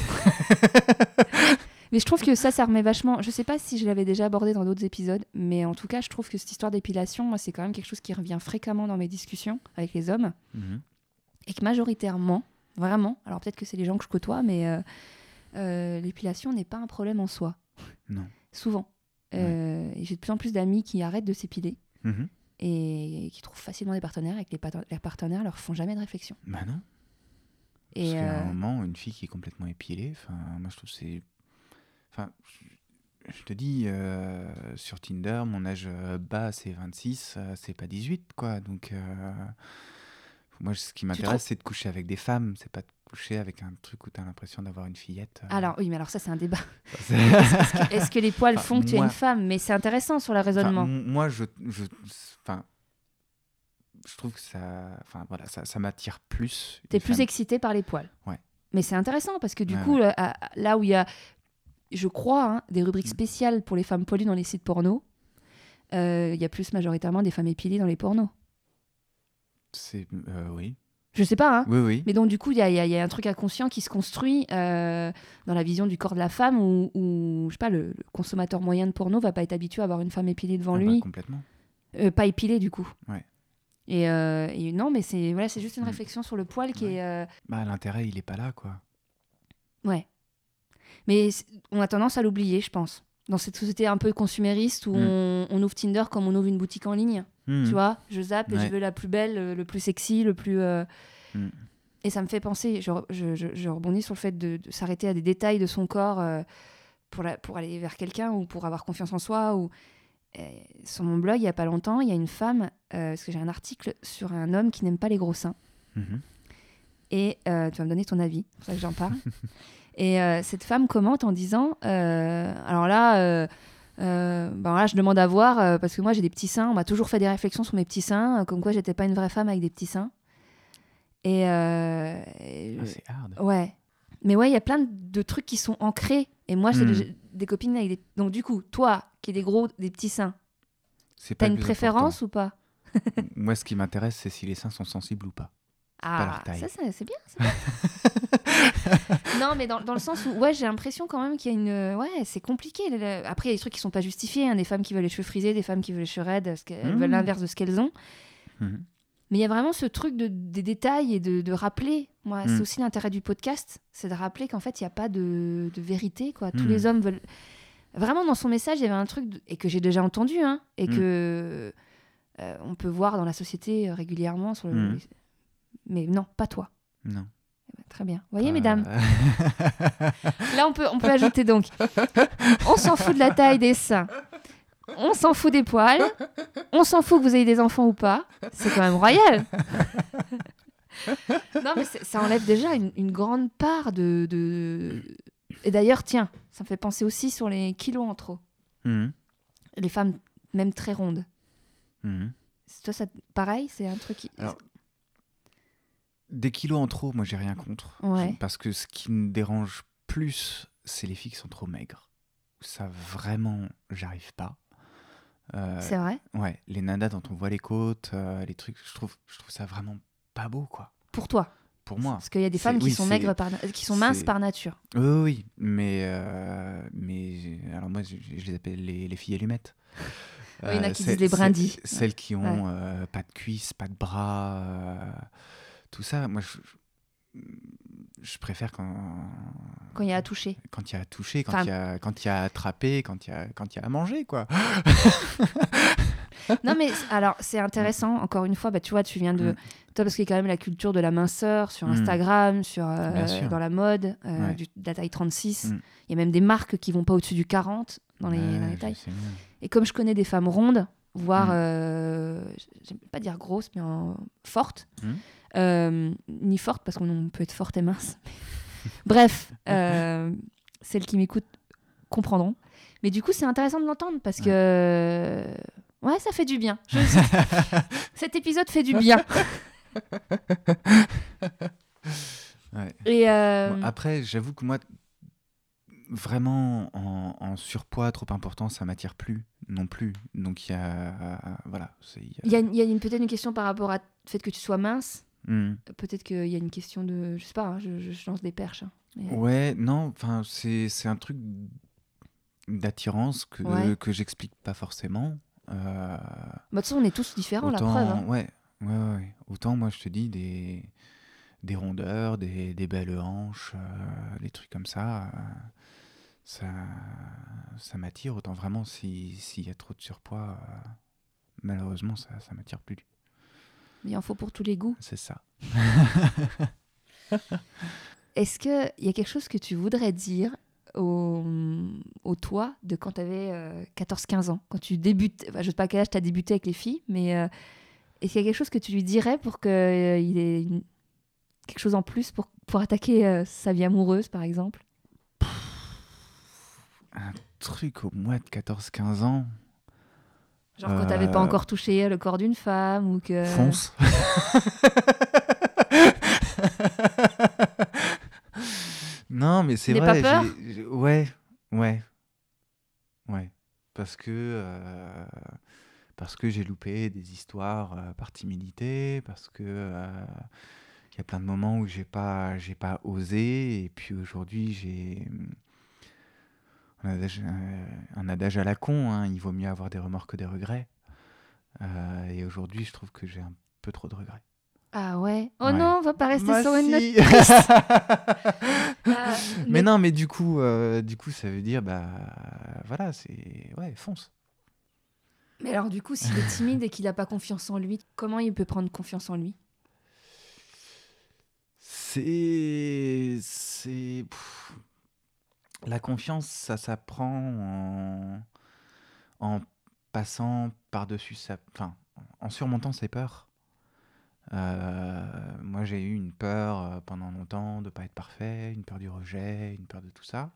Mais je trouve que ça remet vachement... Je sais pas si je l'avais déjà abordé dans d'autres épisodes, mais en tout cas, je trouve que cette histoire d'épilation, moi, c'est quand même quelque chose qui revient fréquemment dans mes discussions avec les hommes. Et que majoritairement, vraiment, alors peut-être que c'est les gens que je côtoie, mais l'épilation n'est pas un problème en soi. Non. Souvent. Et j'ai de plus en plus d'amis qui arrêtent de s'épiler et qui trouvent facilement des partenaires et que les partenaires leur font jamais de réflexion. Bah non. Et Parce qu'à un moment, une fille qui est complètement épilée, moi je trouve que c'est... Enfin, je te dis, sur Tinder, mon âge bas c'est 26, c'est pas 18, quoi. Donc, moi ce qui m'intéresse, c'est de coucher avec des femmes, c'est pas de coucher avec un truc où t'as l'impression d'avoir une fillette. Alors, oui, mais alors ça, c'est un débat. Est-ce que les poils font que tu es une femme? Mais c'est intéressant sur le raisonnement. Moi, je trouve que ça m'attire plus. T'es plus excitée par les poils. Ouais. Mais c'est intéressant parce que du coup, là où il y a, je crois, des rubriques spéciales pour les femmes poilues dans les sites porno, il y a plus majoritairement des femmes épilées dans les pornos. Oui. Je sais pas, hein. Oui. Mais donc, du coup, il y a un truc inconscient qui se construit dans la vision du corps de la femme où je sais pas, le consommateur moyen de porno va pas être habitué à avoir une femme épilée devant lui. Complètement. Pas épilée, du coup. Ouais. Et non, mais c'est juste une réflexion sur le poil qui est... l'intérêt, il est pas là, quoi. Ouais. Mais on a tendance à l'oublier, je pense. Dans cette société un peu consumériste où on ouvre Tinder comme on ouvre une boutique en ligne. Tu vois, je zappe et je veux la plus belle, le plus sexy, le plus... Et ça me fait penser, je rebondis sur le fait de s'arrêter à des détails de son corps pour aller vers quelqu'un ou pour avoir confiance en soi. Sur mon blog, il n'y a pas longtemps, il y a une femme, parce que j'ai un article sur un homme qui n'aime pas les gros seins. Et tu vas me donner ton avis, c'est pour ça que j'en parle. Et cette femme commente en disant alors là, je demande à voir parce que moi j'ai des petits seins, on m'a toujours fait des réflexions sur mes petits seins, comme quoi j'étais pas une vraie femme avec des petits seins. C'est hard. Ouais. Mais ouais, il y a plein de trucs qui sont ancrés. Et moi, j'ai des copines avec des... Donc du coup, toi, qui as des petits seins, t'as une préférence ou pas? Moi, ce qui m'intéresse, c'est si les seins sont sensibles ou pas. Ah, ça c'est bien. Non, mais dans le sens où, j'ai l'impression quand même qu'il y a une... Ouais, c'est compliqué. Après, il y a des trucs qui sont pas justifiés. Des femmes qui veulent les cheveux frisés, des femmes qui veulent les cheveux raides, parce qu'elles veulent l'inverse de ce qu'elles ont. Mais il y a vraiment ce truc des détails et de rappeler. Moi, c'est aussi l'intérêt du podcast, c'est de rappeler qu'en fait, il n'y a pas de vérité, quoi. Tous les hommes veulent... Vraiment, dans son message, il y avait un truc, et que j'ai déjà entendu, hein, et que on peut voir dans la société régulièrement. Mais non, pas toi. Non. Très bien. Vous voyez, mesdames, là, on peut ajouter donc. On s'en fout de la taille des seins. On s'en fout des poils. On s'en fout que vous ayez des enfants ou pas. C'est quand même royal. Non, mais ça enlève déjà une grande part de... Et d'ailleurs, tiens, ça me fait penser aussi sur les kilos en trop. Les femmes, même très rondes. Toi, pareil, c'est un truc qui... Alors, des kilos en trop, moi, j'ai rien contre. Ouais. Parce que ce qui me dérange plus, c'est les filles qui sont trop maigres. Ça, vraiment, j'arrive pas. C'est vrai ? Ouais, les nanas dont on voit les côtes, les trucs, je trouve ça vraiment pas beau, quoi. Pour toi ? Pour moi. Parce qu'il y a des femmes qui sont maigres, qui sont minces par nature. Oui, mais alors moi, je les appelle les filles allumettes. Il y en a qui disent les brindilles. Celles qui ont pas de cuisses, pas de bras, tout ça. Moi, je préfère quand il y a à toucher. Quand il y a à toucher, quand il y a à attraper, quand il y a à manger, quoi. Non, mais alors, c'est intéressant. Encore une fois, tu vois, tu viens de... Toi, parce qu'il y a quand même la culture de la minceur sur Instagram, dans la mode, de la taille 36. Il y a même des marques qui vont pas au-dessus du 40 dans les tailles. Et comme je connais des femmes rondes, voire, j'aime pas dire grosses, mais fortes, ni fortes, parce qu'on peut être forte et mince. Bref, celles qui m'écoutent comprendront. Mais du coup, c'est intéressant de l'entendre parce que... Ouais, ça fait du bien. Cet épisode fait du bien. Ouais. Et bon, après, j'avoue que moi, vraiment, en surpoids trop important, ça m'attire plus non plus. Donc, il y a... voilà. Il y a peut-être une question par rapport au fait que tu sois mince. Peut-être qu'il y a une question de... Je sais pas, hein, je lance des perches. Hein, mais... Ouais, non, enfin, c'est un truc d'attirance que j'explique pas forcément. De toute façon, on est tous différents, autant, la preuve. Hein. Ouais. Autant, moi, je te dis, des rondeurs, des belles hanches, des trucs comme ça, ça m'attire. Autant vraiment, s'il y a trop de surpoids, malheureusement, ça m'attire plus. Mais il en faut pour tous les goûts. C'est ça. Est-ce qu'il y a quelque chose que tu voudrais dire au toi de quand tu avais 14-15 ans, quand tu débutes, je ne sais pas à quel âge tu as débuté avec les filles, mais est-ce qu'il y a quelque chose que tu lui dirais pour qu'il ait quelque chose en plus pour attaquer sa vie amoureuse, par exemple ? Un truc au moins de 14-15 ans. Genre quand tu n'avais pas encore touché le corps d'une femme ou que... Fonce. Non, mais c'est vrai. N'aie pas peur ? Ouais. Parce que j'ai loupé des histoires par timidité, parce que y a plein de moments où j'ai pas osé, et puis aujourd'hui j'ai un adage à la con, hein, il vaut mieux avoir des remords que des regrets. Et aujourd'hui, je trouve que j'ai un peu trop de regrets. Ah ouais. Oh non, on va pas rester sur une note triste. Mais non, mais du coup, ça veut dire, voilà, fonce. Mais alors du coup, s'il est timide et qu'il n'a pas confiance en lui, comment il peut prendre confiance en lui ? La confiance, ça s'apprend en passant par-dessus en surmontant ses peurs. Moi, j'ai eu une peur pendant longtemps de ne pas être parfait, une peur du rejet, une peur de tout ça,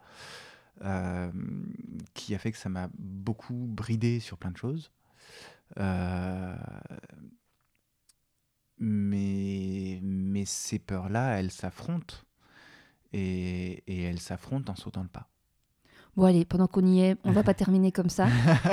qui a fait que ça m'a beaucoup bridé sur plein de choses. Mais ces peurs-là, elles s'affrontent. Et elles s'affrontent en sautant le pas. Bon allez, pendant qu'on y est, on va pas terminer comme ça.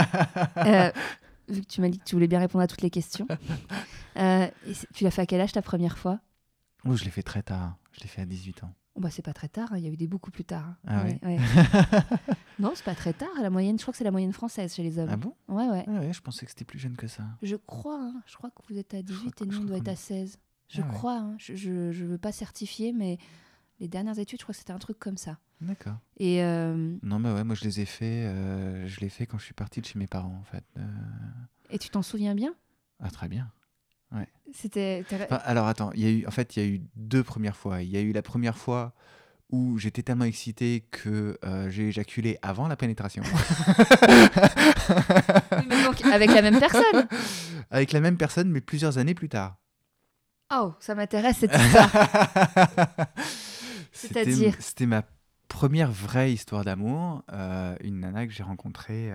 Vu que tu m'as dit que tu voulais bien répondre à toutes les questions. Tu l'as fait à quel âge ta première fois ? Je l'ai fait très tard. Je l'ai fait à 18 ans. C'est pas très tard, il y a eu des beaucoup plus tard. Ah ouais. Non, c'est pas très tard. La moyenne, je crois que c'est la moyenne française chez les hommes. Ah bon ? Ouais. Je pensais que c'était plus jeune que ça. Je crois que vous êtes à 18 et nous on doit être à 16. Je crois, hein. Je veux pas certifier, mais les dernières études, je crois que c'était un truc comme ça. D'accord. Et Non, mais ouais, moi je les ai fait. Je l'ai fait quand je suis parti de chez mes parents, en fait. et tu t'en souviens bien? Ah, très bien. Ouais. C'était... Enfin, alors attends, il y a eu deux premières fois. Il y a eu la première fois où j'étais tellement excité que j'ai éjaculé avant la pénétration. Oui, mais donc, avec la même personne. Avec la même personne, mais plusieurs années plus tard. Oh, ça m'intéresse cette histoire. C'est-à-dire? C'était ma première vraie histoire d'amour. Une nana que j'ai rencontrée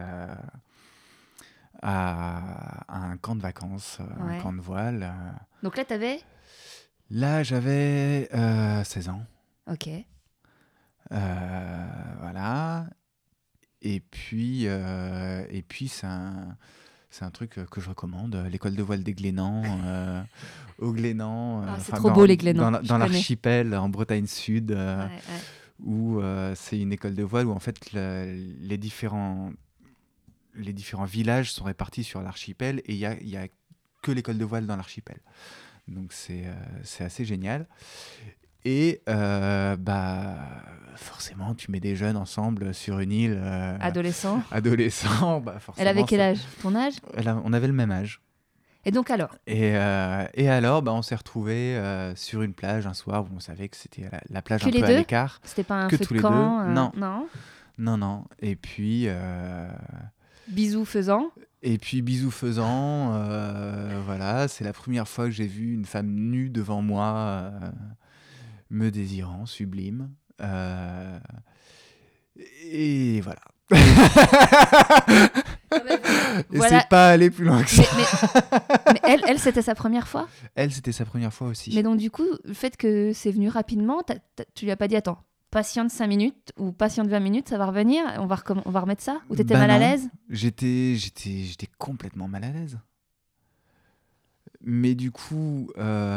à un camp de vacances, un Ouais. camp de voile. Donc là, t'avais? Là, j'avais 16 ans. Ok. Voilà. Et puis c'est un truc que je recommande. L'école de voile des Glénans, au Glénan, Ah, c'est trop beau, les Glénans. Je dans connais. l'archipel, en Bretagne Sud, Ouais. où c'est une école de voile où en fait les différents villages sont répartis sur l'archipel et il y a que l'école de voile dans l'archipel. Donc c'est assez génial. Et bah forcément, tu mets des jeunes ensemble sur une île. Adolescent. Adolescent, bah forcément. Elle avait quel âge? Ton âge? On avait le même âge. Et donc alors? Et alors, bah, on s'est retrouvés sur une plage un soir où on savait que c'était la plage Que un les peu à deux? l'écart. C'était pas un Que feu tous de les camp? deux. Non. Non. Non. Et puis Bisous faisant? bisous faisant, voilà, c'est la première fois que j'ai vu une femme nue devant moi, me désirant, sublime. Et voilà. Et Voilà. c'est pas aller plus loin que ça. Mais elle, c'était sa première fois? Elle, c'était sa première fois aussi. Mais donc du coup, le fait que c'est venu rapidement, tu lui as pas dit, attends, patiente 5 minutes ou patiente 20 minutes, ça va revenir, on va remettre ça? Ou t'étais Bah mal à non. l'aise? J'étais complètement mal à l'aise. Mais du coup,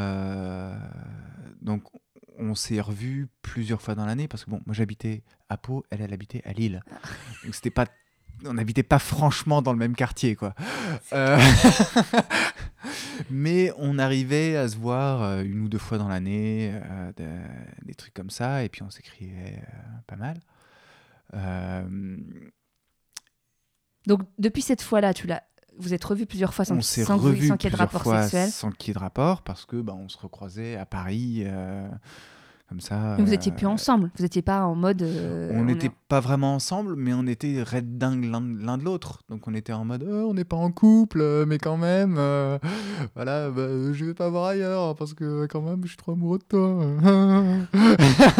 donc on s'est revus plusieurs fois dans l'année parce que bon, moi j'habitais à Pau, elle habitait à Lille. Donc c'était pas, on n'habitait pas franchement dans le même quartier, quoi. Mais on arrivait à se voir une ou deux fois dans l'année, des trucs comme ça, et puis on s'écrivait pas mal. Donc depuis cette fois-là, vous êtes revus plusieurs fois On s'est sans revus qu'il y ait de plusieurs rapport fois sexuel. sans qu'il y ait de rapport parce que bah, on se recroisait à Paris comme ça. Mais vous étiez plus ensemble, vous étiez pas en mode. On n'était pas vraiment ensemble, mais on était red dingue l'un de l'autre. Donc on était en mode on n'est pas en couple, mais quand même, voilà, bah, je vais pas voir ailleurs parce que quand même je suis trop amoureux de toi.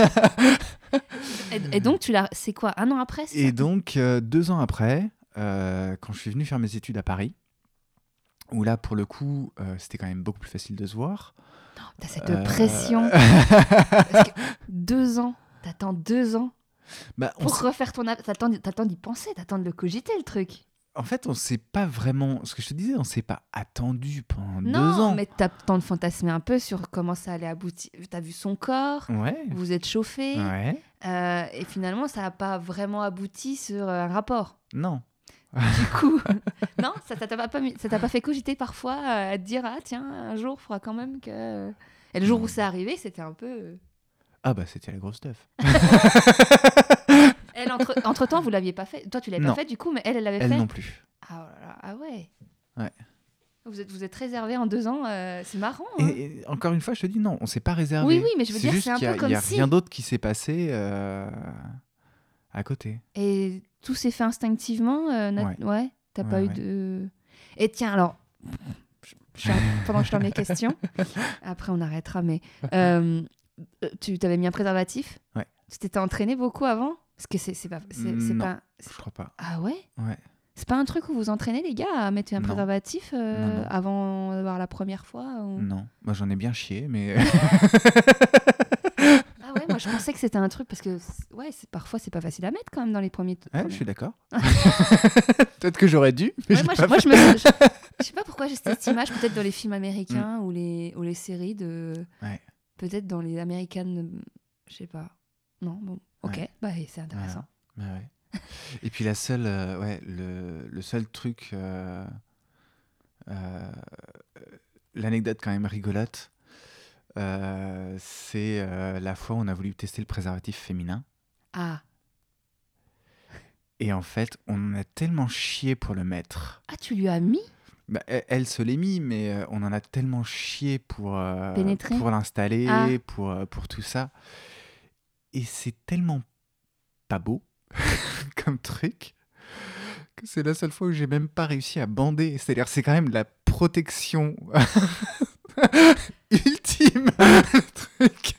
Et donc c'est quoi, un an après? Et donc 2 ans après, quand je suis venu faire mes études à Paris, où là pour le coup c'était quand même beaucoup plus facile de se voir. T'as cette pression. Parce que 2 ans, t'attends 2 ans pour refaire ton... T'attends d'y penser, t'attends de le cogiter, le truc. En fait, on s'est pas vraiment... Ce que je te disais, on s'est pas attendu pendant 2 ans. Non, mais t'attends de fantasmer un peu sur comment ça allait aboutir. T'as vu son corps, ouais. Vous êtes chauffés, Ouais. et finalement, ça n'a pas vraiment abouti sur un rapport. Non. Du coup, non, ça t'a pas fait cogiter parfois à te dire, ah tiens, un jour, il faudra quand même que... Et le jour où c'est arrivé, c'était un peu... Ah bah c'était la grosse stuff. Elle, entre-temps, vous l'aviez pas fait. Toi, tu l'avais pas fait du coup, mais elle l'avait fait. Elle non plus. Ah, oh là là, ah ouais. Ouais. Vous êtes réservé en 2 ans, c'est marrant. Hein. Et encore une fois, je te dis non, on s'est pas réservé. Oui, mais je veux dire, c'est un peu comme si... Il y a rien d'autre qui s'est passé à côté. Et tout s'est fait instinctivement. Ouais. T'as pas eu de... Et tiens, alors, pendant que je t'en mets question, après on arrêtera, mais tu t'avais mis un préservatif? Ouais. Tu t'étais entraîné beaucoup avant? Parce que c'est pas... Non, je crois pas. Ah ouais? Ouais. C'est pas un truc où vous entraînez les gars à mettre un préservatif non. avant d'avoir la première fois ou... Non, moi j'en ai bien chié, mais... Ah ouais, moi je pensais que c'était un truc parce que parfois c'est pas facile à mettre quand même dans les premiers. Ouais, je suis d'accord. Peut-être que j'aurais dû. Mais moi je sais pas pourquoi j'ai cette image, peut-être dans les films américains ou les séries de. Ouais. Peut-être dans les américaines, je sais pas. Non, bon, ok, bah c'est intéressant. Voilà. Bah, ouais. Et puis la seule, le seul truc, l'anecdote quand même rigolote. C'est la fois où on a voulu tester le préservatif féminin. Ah. Et en fait, on en a tellement chié pour le mettre. Ah, tu lui as mis Bah, elle se l'est mis, mais on en a tellement chié pénétrer? pour l'installer, Ah. pour tout ça. Et c'est tellement pas beau comme truc que c'est la seule fois où j'ai même pas réussi à bander. C'est-à-dire, c'est quand même la protection ultime, le truc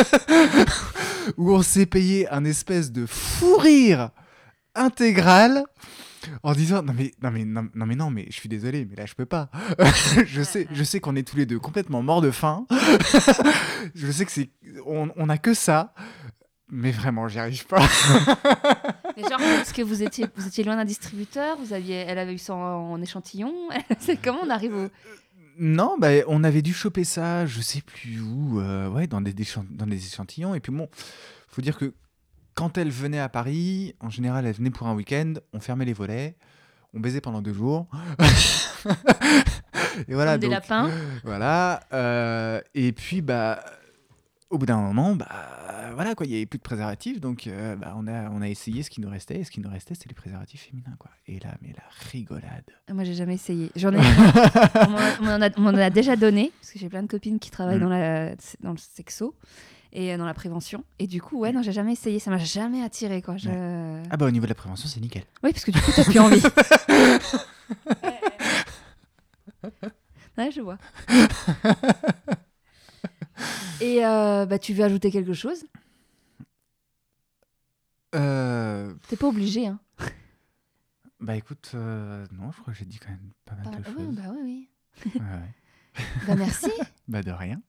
où on s'est payé un espèce de fou rire intégral en disant non mais je suis désolé mais là je peux pas. je sais qu'on est tous les deux complètement morts de faim. Je sais que on a que ça. Mais vraiment, j'y arrive pas. Mais genre, est-ce que vous étiez loin d'un distributeur? Elle avait eu ça en échantillon? C'est comment on arrive au... Non, bah, on avait dû choper ça, je sais plus où, ouais, dans des échantillons. Et puis bon, faut dire que quand elle venait à Paris, en général, elle venait pour un week-end, on fermait les volets, on baisait pendant 2 jours. Et voilà, Comme des lapins. Voilà. Et puis, bah, au bout d'un moment, bah, voilà, quoi, il n'y avait plus de préservatifs, donc bah, on a essayé ce qui nous restait, et ce qui nous restait, c'était les préservatifs féminins, quoi. Et là, mais la rigolade. Moi, j'ai jamais essayé. On m'en a déjà donné, parce que j'ai plein de copines qui travaillent dans le sexo et dans la prévention. Et du coup, ouais, non, j'ai jamais essayé. Ça m'a jamais attiré, quoi. Ah bah, au niveau de la prévention, c'est nickel. Oui, parce que du coup, t'as plus envie. Ouais, je vois. Et bah, tu veux ajouter quelque chose? T'es pas obligé, hein. Bah écoute, non, je crois que j'ai dit quand même pas mal de choses. Bah oui. Ouais. Bah merci. Bah de rien.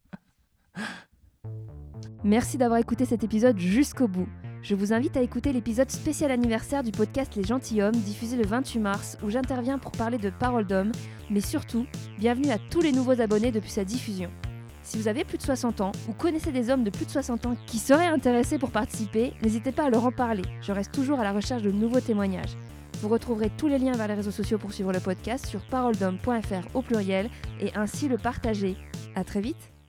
Merci d'avoir écouté cet épisode jusqu'au bout. Je vous invite à écouter l'épisode spécial anniversaire du podcast Les Gentilshommes, diffusé le 28 mars, où j'interviens pour parler de Parole d'homme, mais surtout, bienvenue à tous les nouveaux abonnés depuis sa diffusion. Si vous avez plus de 60 ans ou connaissez des hommes de plus de 60 ans qui seraient intéressés pour participer, n'hésitez pas à leur en parler. Je reste toujours à la recherche de nouveaux témoignages. Vous retrouverez tous les liens vers les réseaux sociaux pour suivre le podcast sur paroledhomme.fr au pluriel et ainsi le partager. À très vite.